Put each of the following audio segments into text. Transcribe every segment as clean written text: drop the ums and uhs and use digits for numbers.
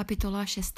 Kapitola 6.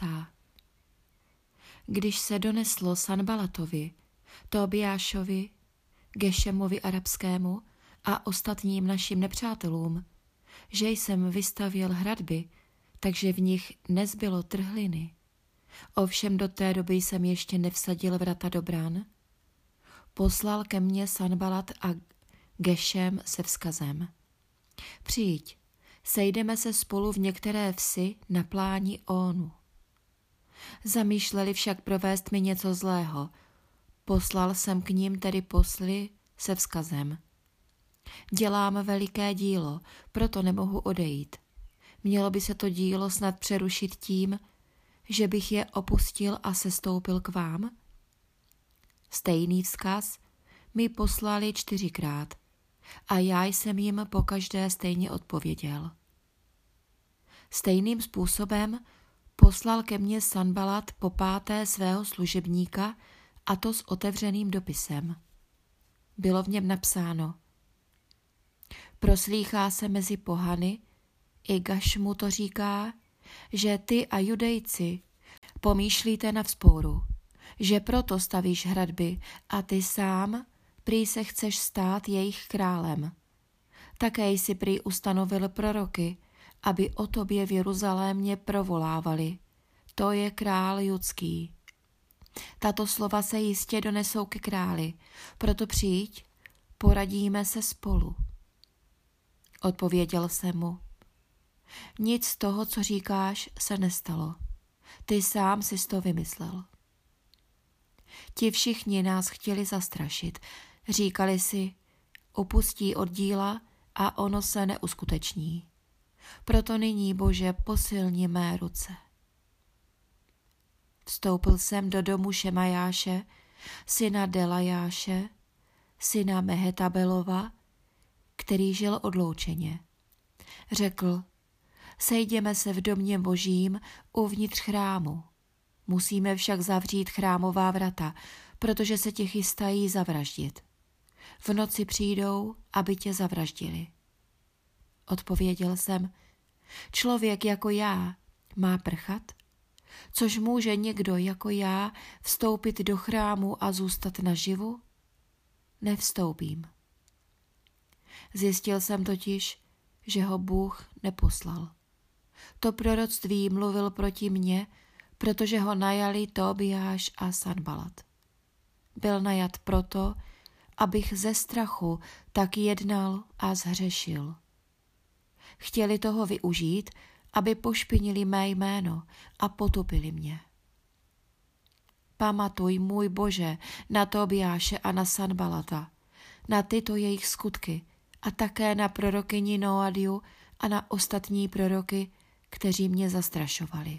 Když se doneslo Sanbalatovi, Tobiášovi, Gešemovi arabskému a ostatním našim nepřátelům, že jsem vystavěl hradby, takže v nich nezbylo trhliny. Ovšem do té doby jsem ještě nevsadil vrata do bran. Poslal ke mně Sanbalat a Gešem se vzkazem. Přijď, sejdeme se spolu v některé vsi na pláni Ónu. Zamýšleli však provést mi něco zlého. Poslal jsem k ním tedy posly se vzkazem. Dělám veliké dílo, proto nemohu odejít. Mělo by se to dílo snad přerušit tím, že bych je opustil a sestoupil k vám? Stejný vzkaz mi poslali 4krát a já jsem jim pokaždé stejně odpověděl. Stejným způsobem poslal ke mně Sanbalat po 5. svého služebníka, a to s otevřeným dopisem. Bylo v něm napsáno: proslýchá se mezi pohany, i Gašmu to říká, že ty a Judejci pomýšlíte na vzpouru, že proto stavíš hradby a ty sám prý se chceš stát jejich králem. Také jsi prý ustanovil proroky, aby o tobě v Jeruzalémě provolávali. To je král judský. Tato slova se jistě donesou ke králi, proto přijď, poradíme se spolu. Odpověděl jsem mu. Nic z toho, co říkáš, se nestalo. Ty sám jsi to vymyslel. Ti všichni nás chtěli zastrašit. Říkali si, upustí od díla a ono se neuskuteční. Proto nyní, Bože, posilni mé ruce. Vstoupil jsem do domu Šemajáše, syna Delajáše, syna Mehetabelova, který žil odloučeně. Řekl, sejděme se v domě Božím uvnitř chrámu. Musíme však zavřít chrámová vrata, protože se tě chystají zavraždit. V noci přijdou, aby tě zavraždili. Odpověděl jsem, člověk jako já má prchat? Což může někdo jako já vstoupit do chrámu a zůstat naživu? Nevstoupím. Zjistil jsem totiž, že ho Bůh neposlal. To proroctví mluvil proti mně, protože ho najali Tobiáš a Sanbalat. Byl najat proto, abych ze strachu tak jednal a zhřešil. Chtěli toho využít, aby pošpinili mé jméno a potopili mě. Pamatuj, můj Bože, na Tobiáše a na Sanbalata, na tyto jejich skutky a také na prorokyni Noadiu a na ostatní proroky, kteří mě zastrašovali.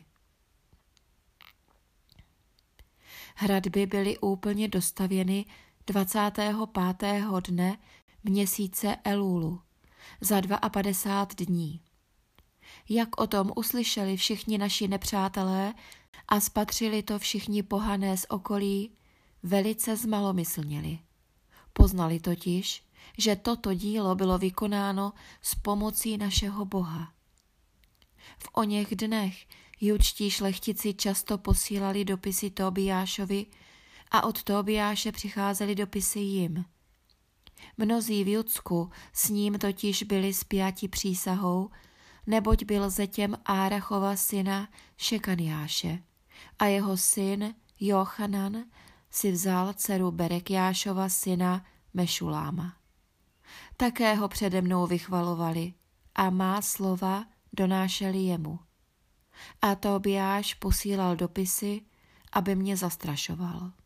Hradby byly úplně dostavěny 25. dne měsíce Elulu za 52 dní. Jak o tom uslyšeli všichni naši nepřátelé a spatřili to všichni pohané z okolí, velice zmalomyslněli. Poznali totiž, že toto dílo bylo vykonáno s pomocí našeho Boha. V oněch dnech judští šlechtici často posílali dopisy Tobiášovi a od Tobiáše přicházely dopisy jim. Mnozí v Judsku s ním totiž byli spjati přísahou, neboť byl zetěm Árachova syna Šekaniáše a jeho syn Jochanan si vzal dceru Berekjášova syna Mešuláma. Také ho přede mnou vychvalovali a má slova donášeli jemu. A Tobiáš posílal dopisy, aby mě zastrašoval.